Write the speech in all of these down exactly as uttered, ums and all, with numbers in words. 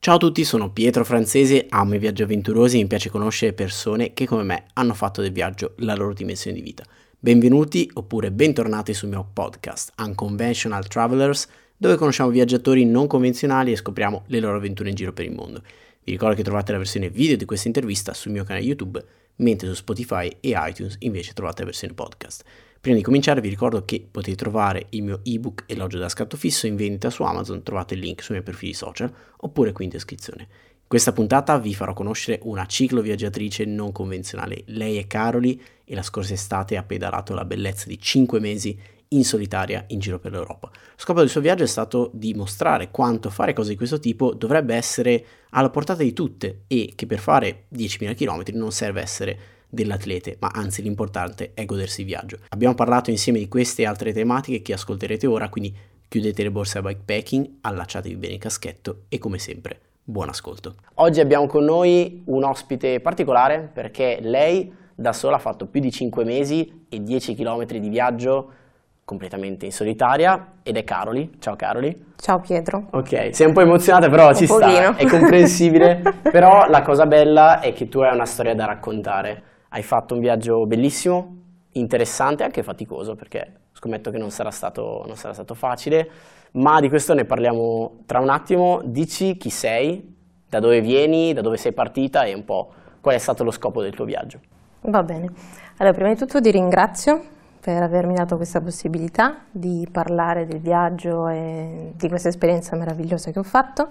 Ciao a tutti, sono Pietro Francese, amo i viaggi avventurosi e mi piace conoscere persone che come me hanno fatto del viaggio la loro dimensione di vita. Benvenuti oppure bentornati sul mio podcast Unconventional Travelers, dove conosciamo viaggiatori non convenzionali e scopriamo le loro avventure in giro per il mondo. Vi ricordo che trovate la versione video di questa intervista sul mio canale YouTube, mentre su Spotify e iTunes invece trovate la versione podcast. Prima di cominciare vi ricordo che potete trovare il mio ebook Elogio da scatto fisso in vendita su Amazon, trovate il link sui miei profili social oppure qui in descrizione. In questa puntata vi farò conoscere una cicloviaggiatrice non convenzionale. Lei è Caroli e la scorsa estate ha pedalato la bellezza di cinque mesi in solitaria in giro per l'Europa. Lo scopo del suo viaggio è stato dimostrare quanto fare cose di questo tipo dovrebbe essere alla portata di tutte e che per fare diecimila chilometri non serve essere dell'atlete, ma anzi l'importante è godersi il viaggio. Abbiamo parlato insieme di queste e altre tematiche che ascolterete ora, quindi chiudete le borse da bikepacking, allacciatevi bene il caschetto e come sempre buon ascolto. Oggi abbiamo con noi un ospite particolare perché lei da sola ha fatto più di cinque mesi e dieci chilometri di viaggio completamente in solitaria ed è Caroli. Ciao Caroli. Ciao Pietro. Ok, sei un po' emozionata però un ci pochino. sta, è comprensibile, però la cosa bella è che tu hai una storia da raccontare. Hai fatto un viaggio bellissimo, interessante, anche faticoso, perché scommetto che non sarà stato, non sarà stato facile, ma di questo ne parliamo tra un attimo. Dici chi sei, da dove vieni, da dove sei partita e un po' qual è stato lo scopo del tuo viaggio. Va bene. Allora, prima di tutto ti ringrazio per avermi dato questa possibilità di parlare del viaggio e di questa esperienza meravigliosa che ho fatto.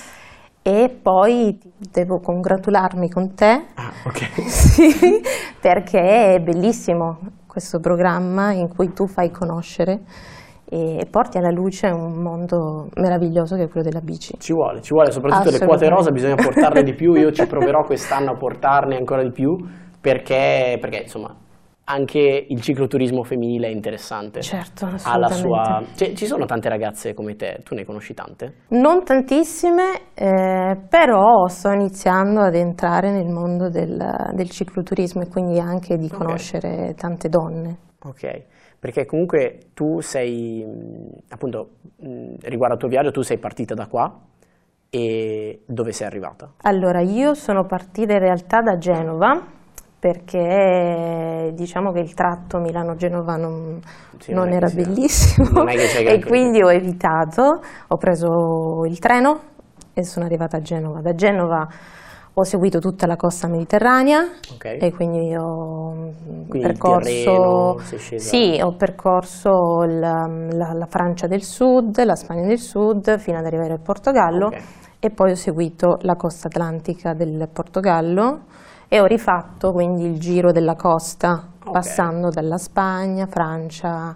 E poi devo congratularmi con te, Ah, ok. sì, perché è bellissimo questo programma in cui tu fai conoscere e porti alla luce un mondo meraviglioso che è quello della bici. Ci vuole, ci vuole, soprattutto le quote rosa bisogna portarle di più, io ci proverò quest'anno a portarne ancora di più perché, perché insomma anche il cicloturismo femminile è interessante. Certo, assolutamente. Ha la sua... Cioè, ci sono tante ragazze come te, tu ne conosci tante? Non tantissime, eh, però sto iniziando ad entrare nel mondo del, del cicloturismo e quindi anche di conoscere okay. tante donne. Ok, perché comunque tu sei, appunto, riguardo al tuo viaggio, tu sei partita da qua e dove sei arrivata? Allora, io sono partita in realtà da Genova, perché diciamo che il tratto Milano-Genova non, sì, non, non era bellissimo non è che e quindi ho evitato, ho preso il treno e sono arrivata a Genova. Da Genova ho seguito tutta la costa mediterranea okay. e quindi ho quindi percorso, sì, ho percorso la, la, la Francia del Sud, la Spagna del Sud fino ad arrivare al Portogallo okay. e poi ho seguito la costa atlantica del Portogallo e ho rifatto quindi il giro della costa, okay. passando dalla Spagna, Francia,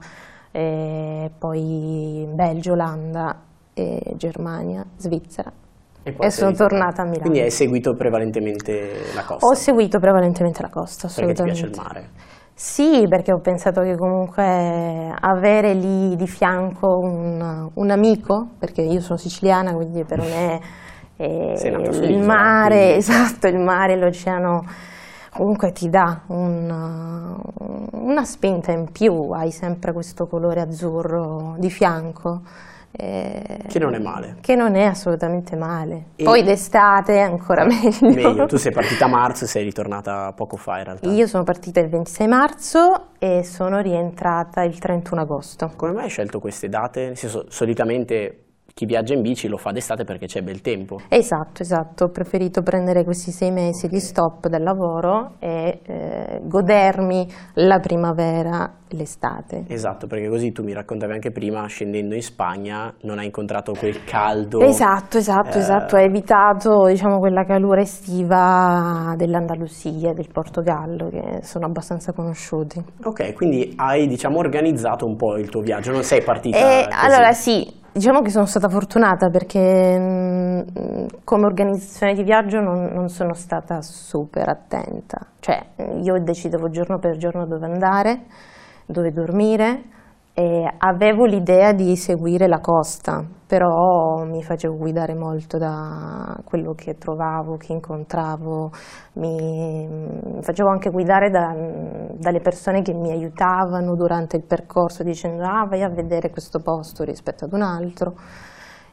e poi Belgio, Olanda, e Germania, Svizzera e, e sono tornata a Milano. Quindi hai seguito prevalentemente la costa? Ho seguito prevalentemente la costa, assolutamente. Perché ti piace il mare? Sì, perché ho pensato che comunque avere lì di fianco un, un amico, perché io sono siciliana, quindi per me... E il mare, quindi... esatto, il mare, l'oceano comunque ti dà un, una spinta in più, hai sempre questo colore azzurro di fianco. Eh, che non è male. Che non è assolutamente male. E... Poi d'estate è ancora meglio. Meglio, tu sei partita a marzo e sei ritornata poco fa in realtà. Io sono partita il ventisei marzo e sono rientrata il trentuno agosto. Come mai hai scelto queste date? Nel senso, solitamente... Chi viaggia in bici lo fa d'estate perché c'è bel tempo. Esatto, esatto. Ho preferito prendere questi sei mesi okay. di stop del lavoro e eh, godermi la primavera e l'estate. Esatto, perché così tu mi raccontavi anche prima, scendendo in Spagna, non hai incontrato quel caldo. Esatto, esatto, eh... esatto. Hai evitato, diciamo, quella calura estiva dell'Andalusia e del Portogallo, che sono abbastanza conosciuti. Ok, quindi hai, diciamo, organizzato un po' il tuo viaggio, non sei partita eh, così. Allora sì. Diciamo che sono stata fortunata perché mh, come organizzazione di viaggio non, non sono stata super attenta, cioè io decidevo giorno per giorno dove andare, dove dormire e avevo l'idea di seguire la costa, però mi facevo guidare molto da quello che trovavo, che incontravo, mi, mi facevo anche guidare da, dalle persone che mi aiutavano durante il percorso dicendo ah vai a vedere questo posto rispetto ad un altro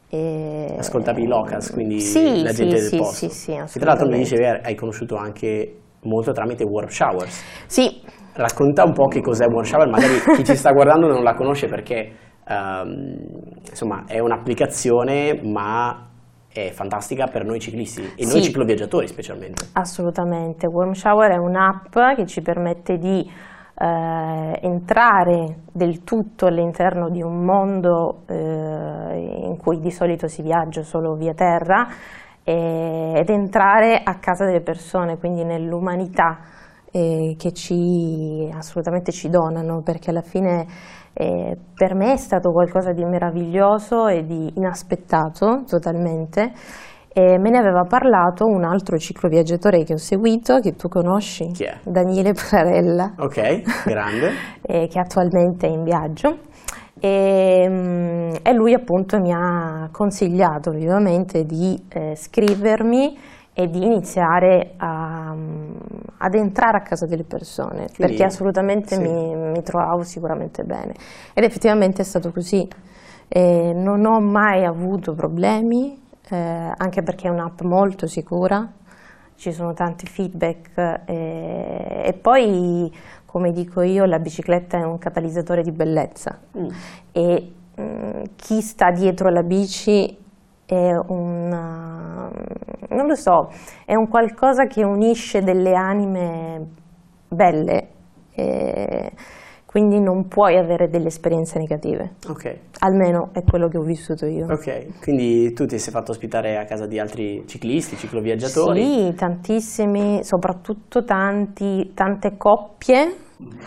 E... Ascoltavi i locals, quindi sì, la gente sì, del posto. Sì, sì, sì, e tra l'altro mi dicevi hai conosciuto anche molto tramite Warm Showers. Sì. Racconta un po' che cos'è Warm Shower, magari chi ci sta guardando non la conosce perché um, insomma è un'applicazione ma è fantastica per noi ciclisti e sì, noi cicloviaggiatori specialmente. Assolutamente, Warm Shower è un'app che ci permette di eh, entrare del tutto all'interno di un mondo eh, in cui di solito si viaggia solo via terra e, ed entrare a casa delle persone, quindi nell'umanità eh, che ci assolutamente ci donano, perché alla fine eh, per me è stato qualcosa di meraviglioso e di inaspettato totalmente. E me ne aveva parlato un altro cicloviaggiatore che ho seguito, che tu conosci. Chi è? Daniele Parella. Ok, grande. eh, che attualmente è in viaggio. E, e lui appunto mi ha consigliato vivamente di eh, scrivermi e di iniziare a, ad entrare a casa delle persone. Quindi, perché assolutamente sì, mi, mi trovavo sicuramente bene. Ed effettivamente è stato così. E non ho mai avuto problemi. Eh, anche perché è un'app molto sicura, ci sono tanti feedback eh, e poi, come dico io, la bicicletta è un catalizzatore di bellezza mm. e mh, chi sta dietro la bici è un, non lo so, è un qualcosa che unisce delle anime belle. E, quindi non puoi avere delle esperienze negative. Ok. Almeno è quello che ho vissuto io. Ok, quindi tu ti sei fatto ospitare a casa di altri ciclisti, cicloviaggiatori? Sì, tantissimi, soprattutto tanti, tante coppie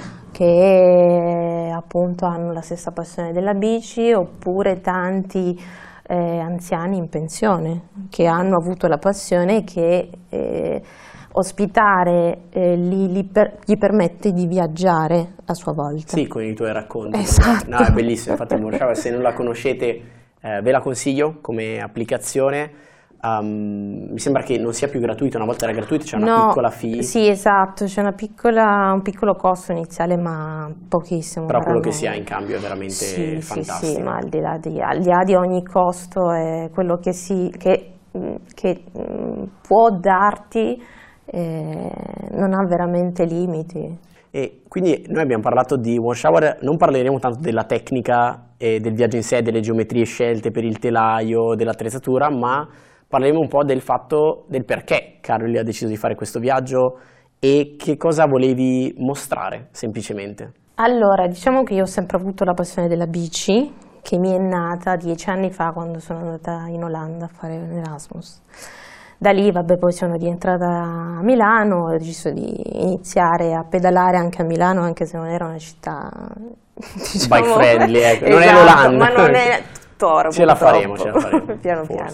che appunto hanno la stessa passione della bici, oppure tanti eh, anziani in pensione che hanno avuto la passione che eh, ospitare eh, li, li per, gli permette di viaggiare a sua volta. Sì, con i tuoi racconti. Esatto. No, è bellissimo, infatti Warm Shower, se non la conoscete eh, ve la consiglio come applicazione. Um, mi sembra che non sia più gratuito, una volta era gratuito, c'è una no, piccola fee. Sì, esatto, c'è una piccola, un piccolo costo iniziale, ma pochissimo. Però quello che si ha in cambio è veramente sì, fantastico. Sì, sì, ma al di là di, al di là di ogni costo è quello che, si, che, che può darti, eh, non ha veramente limiti. E quindi noi abbiamo parlato di Warm Shower, non parleremo tanto della tecnica e del viaggio in sé, delle geometrie scelte per il telaio, dell'attrezzatura, ma parleremo un po' del fatto, del perché Caroli ha deciso di fare questo viaggio e che cosa volevi mostrare semplicemente. Allora, diciamo che io ho sempre avuto la passione della bici, che mi è nata dieci anni fa quando sono andata in Olanda a fare un Erasmus. Da lì, vabbè, poi sono rientrata a Milano, ho deciso di iniziare a pedalare anche a Milano, anche se non era una città, diciamo, bike friendly, ecco. Esatto, non è l'Olanda. Ma non è tuttora, ce la faremo, ce la faremo. piano piano.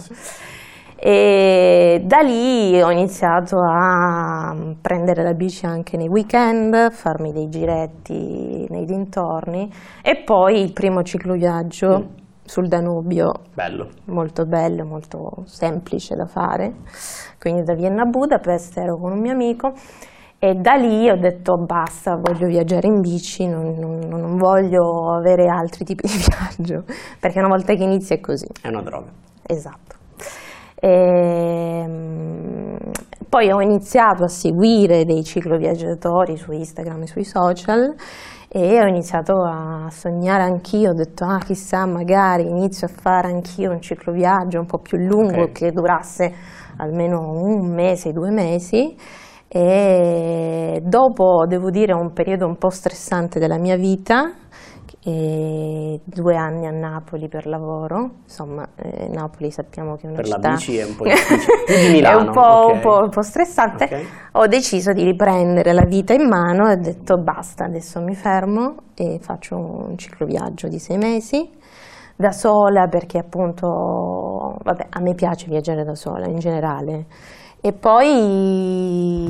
E da lì ho iniziato a prendere la bici anche nei weekend, farmi dei giretti nei dintorni e poi il primo cicloviaggio mm. sul Danubio, bello. molto bello, molto semplice da fare, quindi da Vienna a Budapest ero con un mio amico e da lì ho detto basta, voglio viaggiare in bici, non, non, non voglio avere altri tipi di viaggio, perché una volta che inizi è così. È una droga. Esatto. E poi ho iniziato a seguire dei cicloviaggiatori su Instagram e sui social e ho iniziato a sognare anch'io, ho detto ah chissà magari inizio a fare anch'io un cicloviaggio un po' più lungo, okay, che durasse almeno un mese, due mesi. E dopo, devo dire, un periodo un po' stressante della mia vita, e due anni a Napoli per lavoro, insomma eh, Napoli sappiamo che è una per città... Per la bici è un po' difficile, di Milano, è un po', okay. un, po', un po' stressante, okay. Ho deciso di riprendere la vita in mano e ho detto basta, adesso mi fermo e faccio un cicloviaggio di sei mesi, da sola perché appunto, vabbè, a me piace viaggiare da sola in generale. E poi,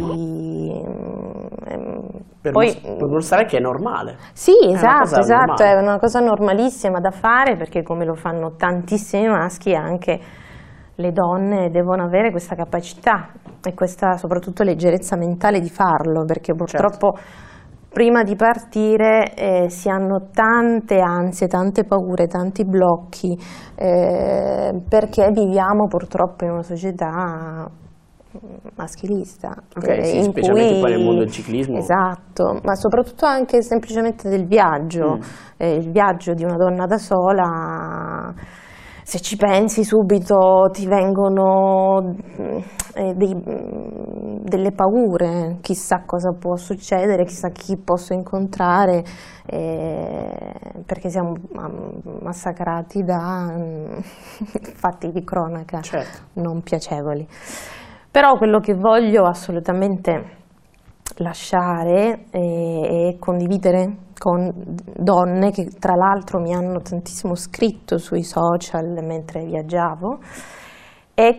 per, poi per mostrare che è normale. Sì, esatto, esatto, normale. È una cosa normalissima da fare perché come lo fanno tantissimi maschi, anche le donne devono avere questa capacità e questa soprattutto leggerezza mentale di farlo, perché purtroppo certo. prima di partire eh, si hanno tante ansie, tante paure, tanti blocchi, eh, perché viviamo purtroppo in una società maschilista. Ok, eh, sì, in specialmente cui, poi nel mondo del ciclismo. Esatto, ma soprattutto anche semplicemente del viaggio. Mm. Eh, il viaggio di una donna da sola, se ci pensi subito ti vengono eh, dei, delle paure, chissà cosa può succedere, chissà chi posso incontrare, eh, perché siamo massacrati da fatti di cronaca, certo, non piacevoli. Però quello che voglio assolutamente lasciare e, e condividere con donne che tra l'altro mi hanno tantissimo scritto sui social mentre viaggiavo è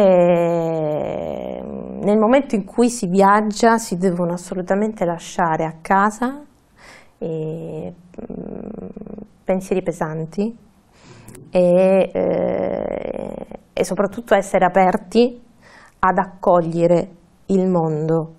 che nel momento in cui si viaggia si devono assolutamente lasciare a casa e, pensieri pesanti e, eh, e soprattutto essere aperti ad accogliere il mondo,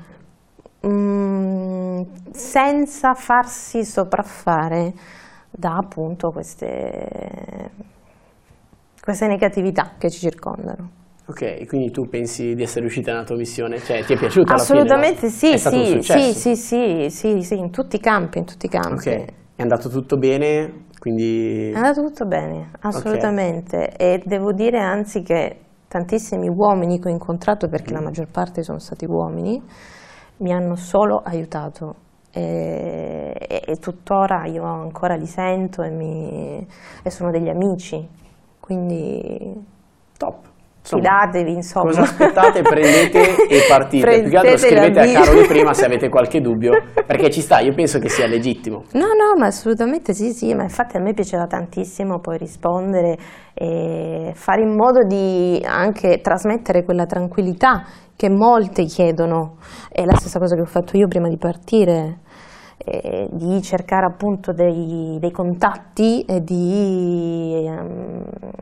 mm, senza farsi sopraffare da appunto queste, queste negatività che ci circondano. Ok, quindi tu pensi di essere riuscita nella tua missione? Cioè, ti è piaciuta alla fine? Assolutamente sì, è stato sì, un successo? sì, sì, sì, sì, in tutti i campi, in tutti i campi. Ok, è andato tutto bene, quindi... È andato tutto bene, assolutamente, okay. E devo dire anzi che tantissimi uomini che ho incontrato, perché mm. la maggior parte sono stati uomini, mi hanno solo aiutato e, e, e tuttora io ancora li sento e, mi, e sono degli amici, quindi top. Fidatevi, insomma. Cosa aspettate? Prendete e partite. Prendete Più che altro scrivete a Caroli prima se avete qualche dubbio, perché ci sta, io penso che sia legittimo. No, no, ma assolutamente sì, sì, ma infatti a me piaceva tantissimo poi rispondere e fare in modo di anche trasmettere quella tranquillità che molte chiedono. È la stessa cosa che ho fatto io prima di partire, eh, di cercare appunto dei, dei contatti e di... Um,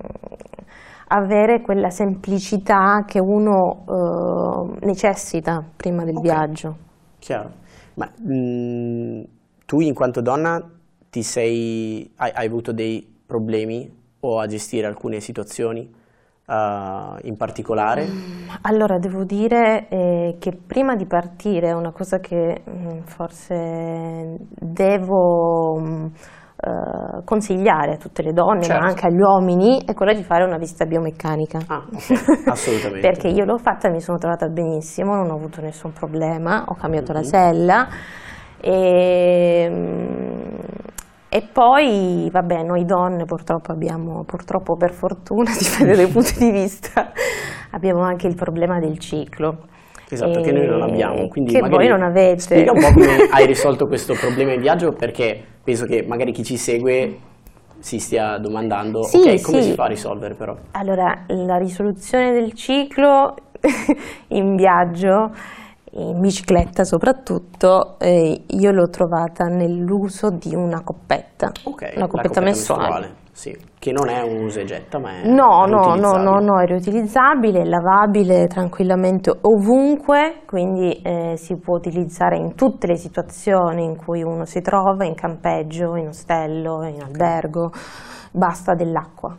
avere quella semplicità che uno uh, necessita prima del okay. viaggio. Chiaro. Ma mh, tu in quanto donna ti sei, hai, hai avuto dei problemi o a gestire alcune situazioni uh, in particolare? Allora, devo dire eh, che prima di partire una cosa che mh, forse devo... Mh, Uh, consigliare a tutte le donne, certo, ma anche agli uomini, è quello di fare una visita biomeccanica. Ah, okay. Assolutamente. Perché io l'ho fatta e mi sono trovata benissimo, non ho avuto nessun problema, ho cambiato mm-hmm. la sella e, e poi, vabbè, noi donne purtroppo abbiamo, purtroppo per fortuna, dipende dai punti di vista, abbiamo anche il problema del ciclo. Esatto, e che noi non abbiamo, quindi che magari voi non avete. Spiega un po' come hai risolto questo problema in viaggio, perché penso che magari chi ci segue si stia domandando sì, ok, come sì. si fa a risolvere però? Allora, la risoluzione del ciclo in viaggio, in bicicletta soprattutto, eh, io l'ho trovata nell'uso di una coppetta, okay, una coppetta, coppetta mestruale. mestruale. Sì, che non è un usa e getta, ma è no, no, no, no, no, è riutilizzabile, è lavabile tranquillamente ovunque, quindi eh, si può utilizzare in tutte le situazioni in cui uno si trova, in campeggio, in ostello, in albergo, basta dell'acqua.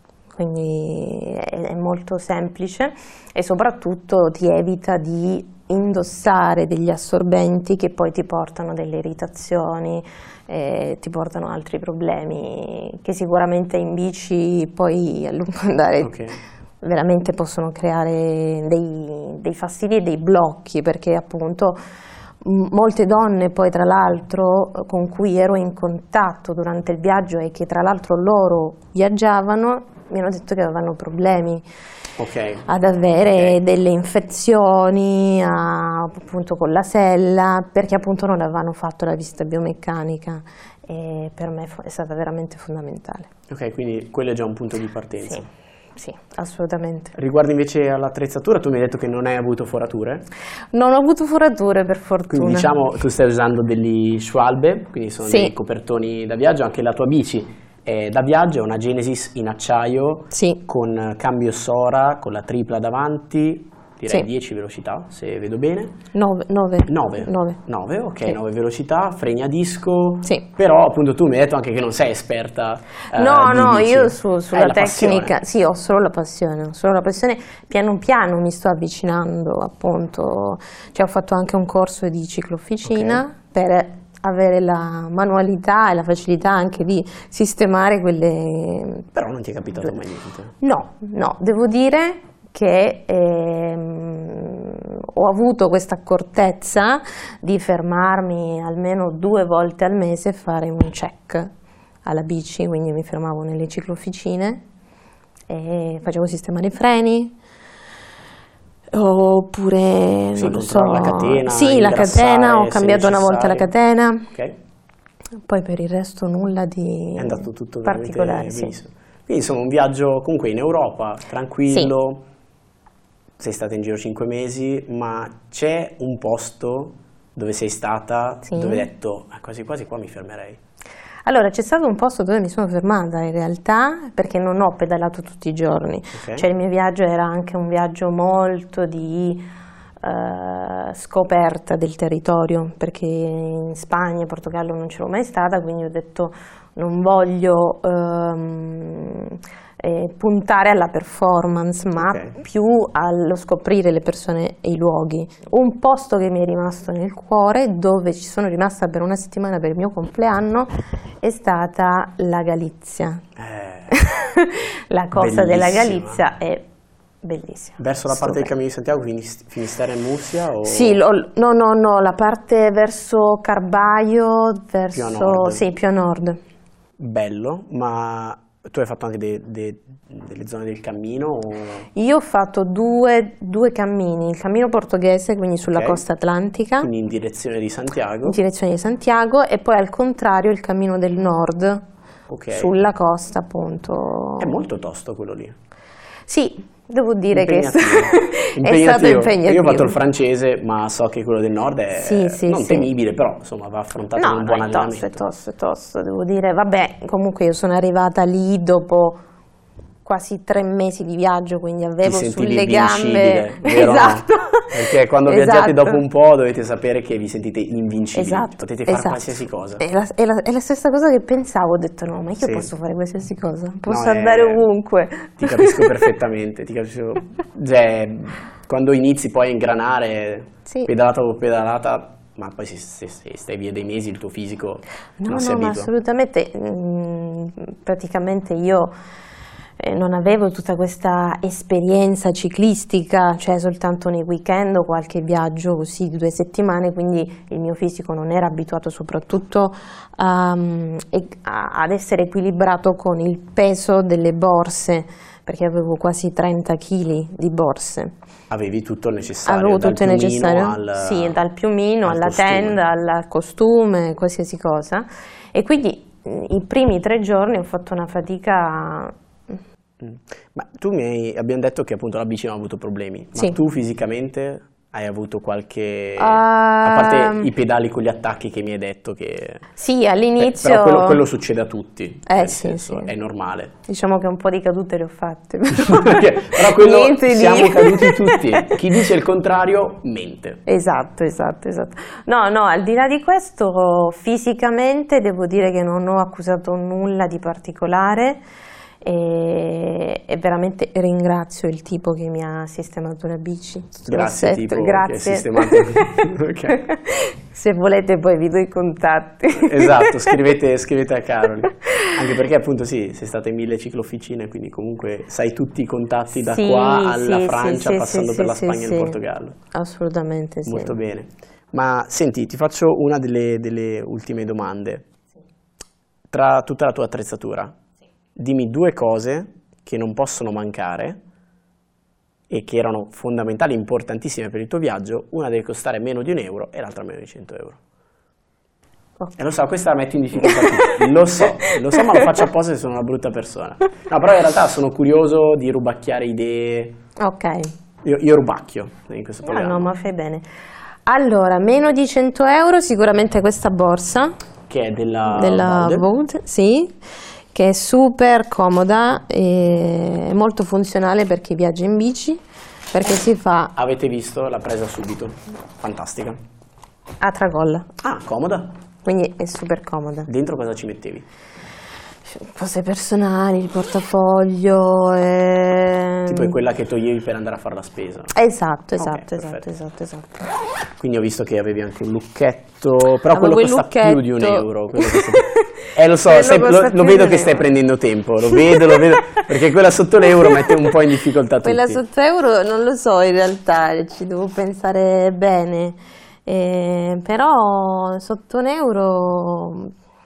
Quindi è, è molto semplice e soprattutto ti evita di indossare degli assorbenti che poi ti portano delle irritazioni, eh, ti portano altri problemi che sicuramente in bici poi a lungo andare okay. veramente possono creare dei, dei fastidi e dei blocchi, perché appunto molte donne poi tra l'altro con cui ero in contatto durante il viaggio e che tra l'altro loro viaggiavano mi hanno detto che avevano problemi okay. ad avere okay. delle infezioni a, appunto con la sella, perché appunto non avevano fatto la visita biomeccanica e per me è stata veramente fondamentale. Ok, quindi quello è già un punto di partenza. Sì. Sì, assolutamente. Riguardo invece all'attrezzatura, tu mi hai detto che non hai avuto forature? Non ho avuto forature, per fortuna. Quindi diciamo tu stai usando degli Schwalbe, quindi sono sì. dei copertoni da viaggio, anche la tua bici è da viaggio, è una Genesis in acciaio sì. con cambio Sora, con la tripla davanti, direi sì. dieci velocità, se vedo bene. nove. nove. nove, ok, sì. nove velocità, freni a disco. Sì. Però appunto tu mi hai detto anche che non sei esperta. No, eh, no, bici. io su, sulla hai tecnica, sì, ho solo la passione, ho solo la passione, piano piano mi sto avvicinando, appunto, cioè ho fatto anche un corso di ciclofficina, okay, per avere la manualità e la facilità anche di sistemare quelle... Però non ti è capitato mai niente? No, no, devo dire che ehm, ho avuto questa accortezza di fermarmi almeno due volte al mese e fare un check alla bici, quindi mi fermavo nelle ciclofficine e facevo sistemare i freni, oppure sì, non lo so, la catena, sì, la catena, ho cambiato una volta la catena, okay, poi per il resto nulla di è andato tutto particolare. Sì. Quindi insomma un viaggio comunque in Europa, tranquillo, sì. Sei stata in giro cinque mesi, ma c'è un posto dove sei stata, sì, dove hai detto quasi quasi qua mi fermerei? Allora, c'è stato un posto dove mi sono fermata in realtà, perché non ho pedalato tutti i giorni, okay, cioè il mio viaggio era anche un viaggio molto di uh, scoperta del territorio, perché in Spagna e Portogallo non c'ero mai stata, quindi ho detto non voglio um, eh, puntare alla performance, ma okay, più allo scoprire le persone e i luoghi. Un posto che mi è rimasto nel cuore, dove ci sono rimasta per una settimana per il mio compleanno, è stata la Galizia. Eh, la costa della Galizia è bellissima. Verso la parte del Cammino di Santiago, quindi Finisterre e Murcia? O... Sì, lo, no, no, no, la parte verso Carbaio, verso... Più a nord. Sì, più a nord. Bello, ma tu hai fatto anche de, de, delle zone del cammino? O... Io ho fatto due, due cammini, il cammino portoghese, quindi sulla okay, costa atlantica. Quindi in direzione di Santiago. In direzione di Santiago, e poi al contrario il cammino del nord, okay, sulla costa appunto. È molto tosto quello lì. Sì, devo dire che è, impegnativo. è stato impegnativo. Io ho fatto il francese, ma so che quello del nord è sì, sì, non sì, temibile, però insomma va affrontato no, con un buon no, è allenamento. Tosto, è tosto, è tosto, devo dire. Vabbè, comunque io sono arrivata lì dopo quasi tre mesi di viaggio, quindi avevo sulle gambe... Vero? Esatto. Perché quando esatto, viaggiate dopo un po' dovete sapere che vi sentite invincibili, esatto, potete fare esatto, qualsiasi cosa. È la, è, la, è la stessa cosa che pensavo, ho detto no, ma io sì, posso fare qualsiasi cosa, posso no, andare è... ovunque. Ti capisco perfettamente, ti capisco. Cioè, quando inizi poi a ingranare, sì, pedalata dopo pedalata, ma poi se, se, se stai via dei mesi il tuo fisico no, non si no, abitua. Ma assolutamente, mh, praticamente io... non avevo tutta questa esperienza ciclistica, cioè soltanto nei weekend o qualche viaggio così di due settimane, quindi il mio fisico non era abituato soprattutto um, ad essere equilibrato con il peso delle borse, perché avevo quasi trenta chili di borse. Avevi tutto il necessario? Avevo dal tutto il necessario, al, sì, dal piumino al alla costume. tenda, al costume, qualsiasi cosa. E quindi i primi tre giorni ho fatto una fatica... Ma tu mi hai, abbiamo detto che appunto la bici non ha avuto problemi, ma sì, tu fisicamente hai avuto qualche, uh, a parte i pedali con gli attacchi che mi hai detto che... Sì, all'inizio... Però quello, quello succede a tutti, eh, nel sì, senso, sì, è normale. Diciamo che un po' di cadute le ho fatte. Però quello siamo di... caduti tutti, chi dice il contrario mente. Esatto, esatto, esatto. No, no, al di là di questo, fisicamente devo dire che non ho accusato nulla di particolare. E, e veramente ringrazio il tipo che mi ha sistemato la bici. Grazie tipo Grazie. Che ha sistemato. Okay. Se volete poi vi do i contatti. Esatto, scrivete, scrivete a Caroli, anche perché appunto sì, sei stata in mille ciclofficine, quindi comunque sai tutti i contatti da sì, qua alla sì, Francia, sì, passando sì, per la sì, Spagna sì, e il Portogallo. Assolutamente sì. Molto bene. Ma senti, ti faccio una delle, delle ultime domande. Tra tutta la tua attrezzatura, dimmi due cose che non possono mancare e che erano fondamentali, importantissime per il tuo viaggio. Una deve costare meno di un euro e l'altra meno di cento euro. Okay. E lo so, questa la metto in difficoltà. Lo so, lo so, ma lo faccio apposta se sono una brutta persona. No, però in realtà sono curioso di rubacchiare idee. Ok. Io, io rubacchio in questo programma. No, no, ma fai bene. Allora, meno di cento euro sicuramente questa borsa. Che è della... Della Vaude, sì. Che è super comoda e molto funzionale per chi viaggia in bici. perché si fa... Avete visto? L'ha presa subito. Fantastica. A tracolla. Ah, comoda. Quindi è super comoda. Dentro cosa ci mettevi? Cose personali, il portafoglio. E... Tipo è quella che toglievi per andare a fare la spesa. Esatto, esatto, okay, esatto, esatto, esatto. Quindi ho visto che avevi anche un lucchetto, però Avevo quello costa lucchetto. più di un euro. Costa... Eh lo so, sai, lo, lo vedo che stai euro. prendendo tempo, lo vedo, lo vedo, perché quella sotto l'euro mette un po' in difficoltà tutti. Quella sotto euro non lo so in realtà, ci devo pensare bene, eh, però sotto un euro...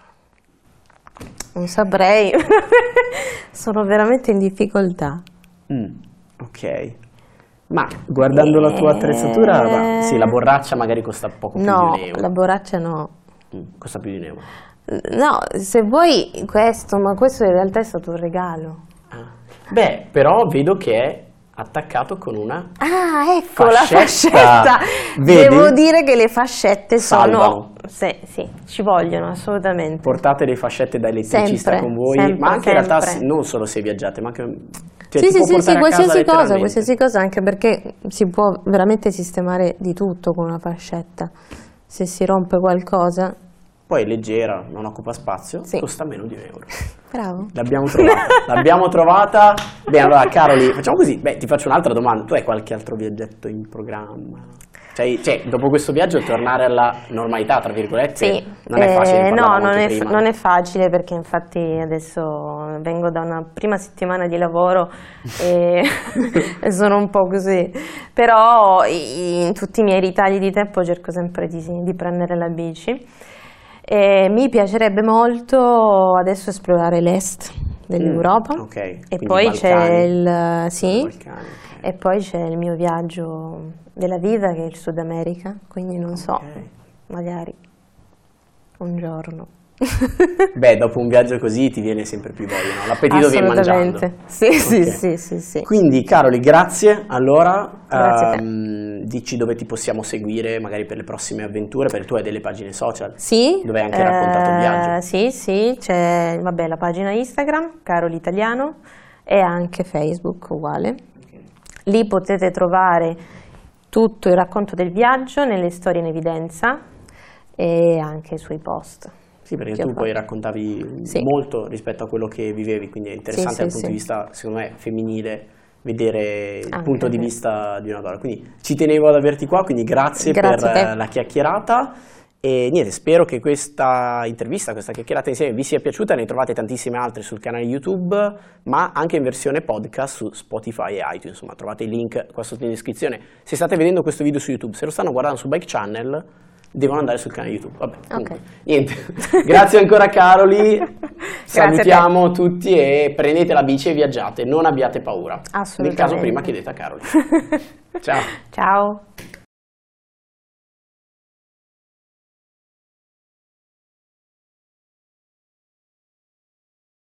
Non saprei, sono veramente in difficoltà. Mm, ok, ma guardando e... la tua attrezzatura, va, sì, la borraccia magari costa poco più no, di un euro. No, la borraccia no. Mm, costa più di un euro. No, se vuoi questo, ma questo in realtà è stato un regalo. Ah. Beh, però vedo che è attaccato con una ah, ecco fascetta. La fascetta. Vedi? Devo dire che le fascette Salvano. sono... Sì, sì, ci vogliono assolutamente. Portate le fascette da elettricista sempre, con voi, sempre, ma anche sempre. in realtà non solo se viaggiate, ma anche... Cioè, sì, sì, sì, sì, qualsiasi cosa, qualsiasi cosa, anche perché si può veramente sistemare di tutto con una fascetta. Se si rompe qualcosa... Poi è leggera, non occupa spazio, sì. Costa meno di un euro. Bravo. L'abbiamo trovata, l'abbiamo trovata. Bene, allora Caroli, facciamo così, beh, ti faccio un'altra domanda. Tu hai qualche altro viaggetto in programma? Cioè, cioè dopo questo viaggio tornare alla normalità, tra virgolette, sì. non è facile. Eh, no, non è, prima. non è facile perché infatti adesso vengo da una prima settimana di lavoro e, e sono un po' così. Però in tutti i miei ritagli di tempo cerco sempre di, di prendere la bici. E mi piacerebbe molto adesso esplorare l'est dell'Europa. Mm, okay. E poi Balcani. c'è il sì, Balcani, okay. E poi c'è il mio viaggio della vita che è il Sud America, quindi non so, okay. Magari un giorno. Beh, dopo un viaggio così ti viene sempre più voglia, no? L'appetito viene mangiando. Sì, okay. sì, sì, sì, sì. Quindi, Caroli, grazie. Allora, grazie um, dici dove ti possiamo seguire magari per le prossime avventure, perché tu hai delle pagine social. Sì. Dove hai anche eh, raccontato il viaggio. Sì, sì, c'è vabbè, la pagina Instagram, Caroli Italiano, e anche Facebook uguale. Okay. Lì potete trovare tutto il racconto del viaggio nelle storie in evidenza e anche sui post. Sì, perché tu poi raccontavi sì. molto rispetto a quello che vivevi, quindi è interessante sì, dal sì, punto sì. di vista, secondo me, femminile, vedere il anche punto di vista di una donna. Quindi ci tenevo ad averti qua, quindi grazie, grazie per la chiacchierata. E niente, spero che questa intervista, questa chiacchierata insieme vi sia piaciuta. Ne trovate tantissime altre sul canale YouTube, ma anche in versione podcast su Spotify e iTunes. Insomma, trovate il link qua sotto in descrizione. Se state vedendo questo video su YouTube, se lo stanno guardando su Bike Channel, devono andare sul canale YouTube. Vabbè, comunque, okay. Niente. Grazie ancora Caroli. Salutiamo tutti e prendete la bici e viaggiate, non abbiate paura. Assolutamente. Nel caso prima chiedete a Caroli. Ciao. Ciao.